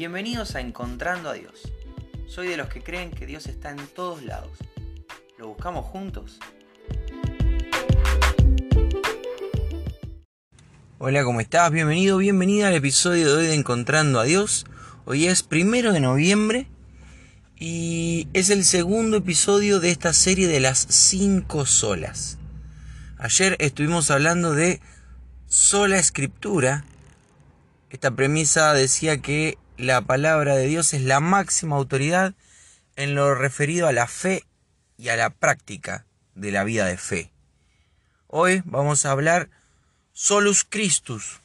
Bienvenidos a Encontrando a Dios. Soy de los que creen que Dios está en todos lados. ¿Lo buscamos juntos? Hola, ¿cómo estás? Bienvenido, bienvenida al episodio de hoy de Encontrando a Dios. Hoy es 1 de noviembre y es el segundo episodio de esta serie de las 5 solas. Ayer estuvimos hablando de sola escritura. Esta premisa decía que la palabra de Dios es la máxima autoridad en lo referido a la fe y a la práctica de la vida de fe. Hoy vamos a hablar solus Christus.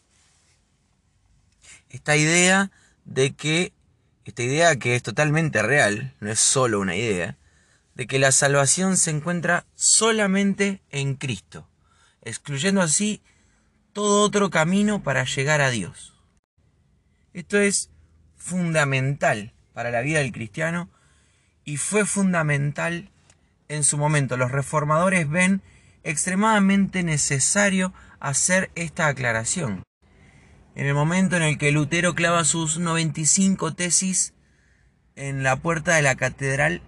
Esta idea que es totalmente real, no es solo una idea, de que la salvación se encuentra solamente en Cristo, excluyendo así todo otro camino para llegar a Dios. Esto es fundamental para la vida del cristiano y fue fundamental en su momento. Los reformadores ven extremadamente necesario hacer esta aclaración. En el momento en el que Lutero clava sus 95 tesis en la puerta de la catedral,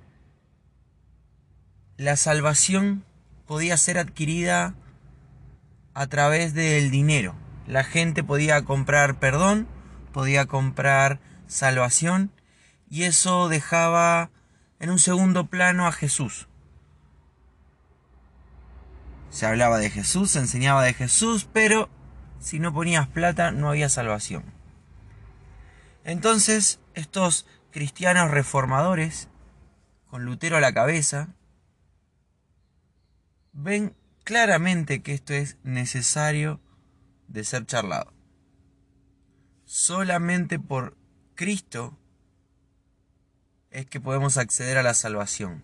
la salvación podía ser adquirida a través del dinero. La gente podía comprar perdón, podía comprar salvación, y eso dejaba en un segundo plano a Jesús. Se hablaba de Jesús, se enseñaba de Jesús, pero si no ponías plata no había salvación. Entonces estos cristianos reformadores, con Lutero a la cabeza, ven claramente que esto es necesario de ser charlado. Solamente por Cristo es que podemos acceder a la salvación.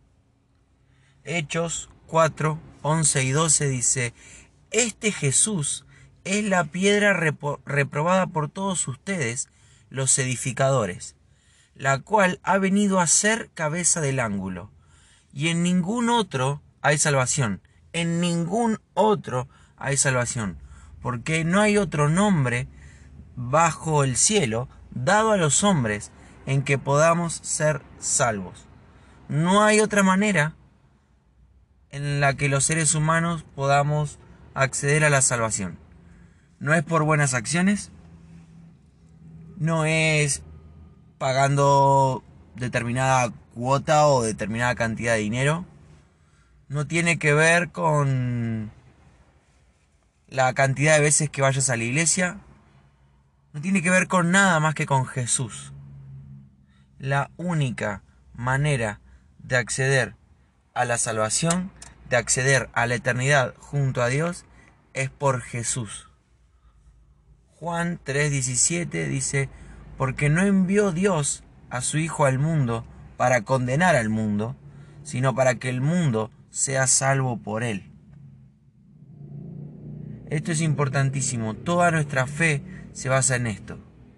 Hechos 4, 11 y 12 dice: Este Jesús es la piedra reprobada por todos ustedes, los edificadores, la cual ha venido a ser cabeza del ángulo. Y en ningún otro hay salvación. En ningún otro hay salvación. Porque no hay otro nombre bajo el cielo dado a los hombres en que podamos ser salvos. No hay otra manera en la que los seres humanos podamos acceder a la salvación. No es por buenas acciones, no es pagando determinada cuota o determinada cantidad de dinero, no tiene que ver con la cantidad de veces que vayas a la iglesia, no tiene que ver con nada más que con Jesús. La única manera de acceder a la salvación, de acceder a la eternidad junto a Dios, es por Jesús. Juan 3:17 dice: porque no envió Dios a su Hijo al mundo para condenar al mundo, sino para que el mundo sea salvo por él. Esto es importantísimo. Toda nuestra fe se basa en esto.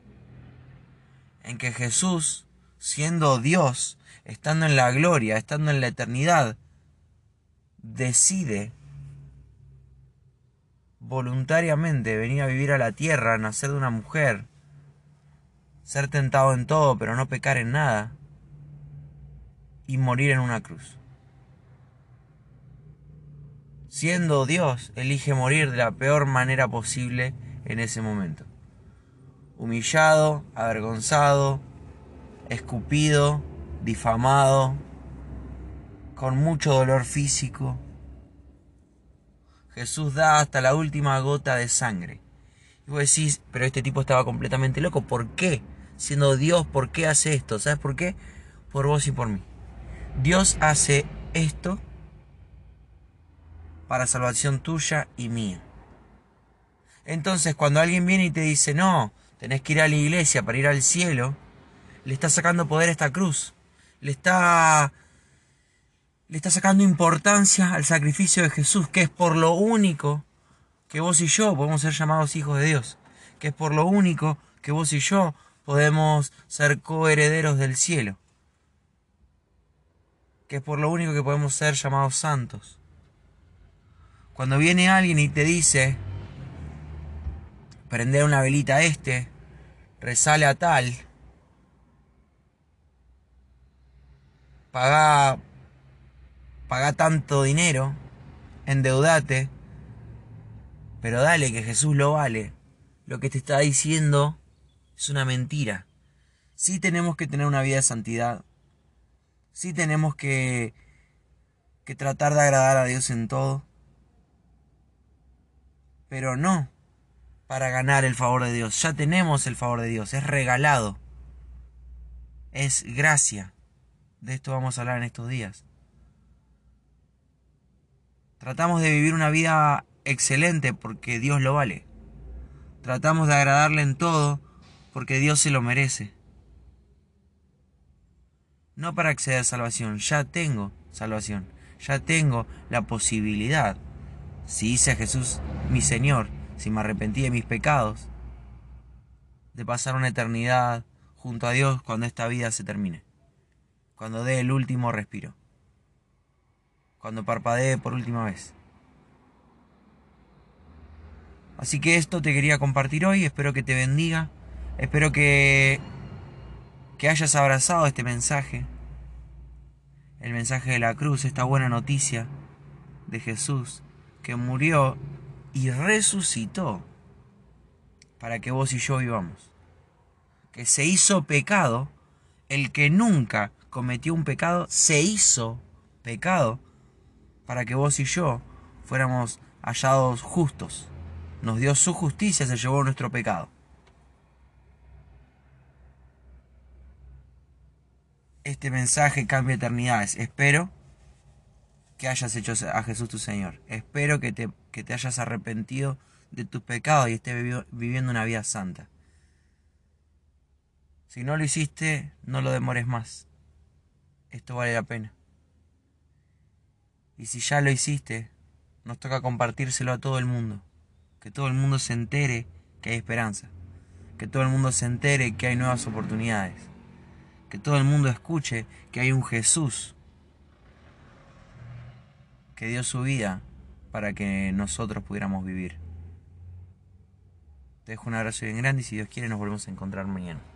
En que Jesús, siendo Dios, estando en la gloria, estando en la eternidad, decide voluntariamente venir a vivir a la tierra, nacer de una mujer, ser tentado en todo pero no pecar en nada, y morir en una cruz. Siendo Dios, elige morir de la peor manera posible en ese momento. Humillado, avergonzado, escupido, difamado, con mucho dolor físico. Jesús da hasta la última gota de sangre. Y vos decís: pero este tipo estaba completamente loco. ¿Por qué? Siendo Dios, ¿por qué hace esto? ¿Sabes por qué? Por vos y por mí. Dios hace esto para salvación tuya y mía. Entonces, cuando alguien viene y te dice: no, tenés que ir a la iglesia para ir al cielo, le está sacando poder a esta cruz. Le está sacando importancia al sacrificio de Jesús, que es por lo único que vos y yo podemos ser llamados hijos de Dios, que es por lo único que vos y yo podemos ser coherederos del cielo, que es por lo único que podemos ser llamados santos. Cuando viene alguien y te dice: prender una velita a rezale a tal, Pagá, pagá tanto dinero, endeudate, pero dale que Jesús lo vale. Lo que te está diciendo es una mentira. Sí tenemos que tener una vida de santidad. Sí tenemos que tratar de agradar a Dios en todo. Pero no para ganar el favor de Dios. Ya tenemos el favor de Dios. Es regalado. Es gracia. De esto vamos a hablar en estos días. Tratamos de vivir una vida excelente porque Dios lo vale. Tratamos de agradarle en todo porque Dios se lo merece. No para acceder a salvación. Ya tengo salvación. Ya tengo la posibilidad. Si hice a Jesús mi Señor, si me arrepentí de mis pecados, de pasar una eternidad junto a Dios cuando esta vida se termine. Cuando dé el último respiro. Cuando parpadee por última vez. Así que esto te quería compartir hoy. Espero que te bendiga. Espero que hayas abrazado este mensaje. El mensaje de la cruz, esta buena noticia de Jesús que murió y resucitó para que vos y yo vivamos. Que se hizo pecado, el que nunca cometió un pecado, se hizo pecado para que vos y yo fuéramos hallados justos. Nos dio su justicia, se llevó nuestro pecado. Este mensaje cambia eternidades. Espero que hayas hecho a Jesús tu Señor. Espero que te hayas arrepentido de tus pecados y estés viviendo una vida santa. Si no lo hiciste, no lo demores más. Esto vale la pena. Y si ya lo hiciste, nos toca compartírselo a todo el mundo. Que todo el mundo se entere que hay esperanza. Que todo el mundo se entere que hay nuevas oportunidades. Que todo el mundo escuche que hay un Jesús que dio su vida para que nosotros pudiéramos vivir. Te dejo un abrazo bien grande y si Dios quiere nos volvemos a encontrar mañana.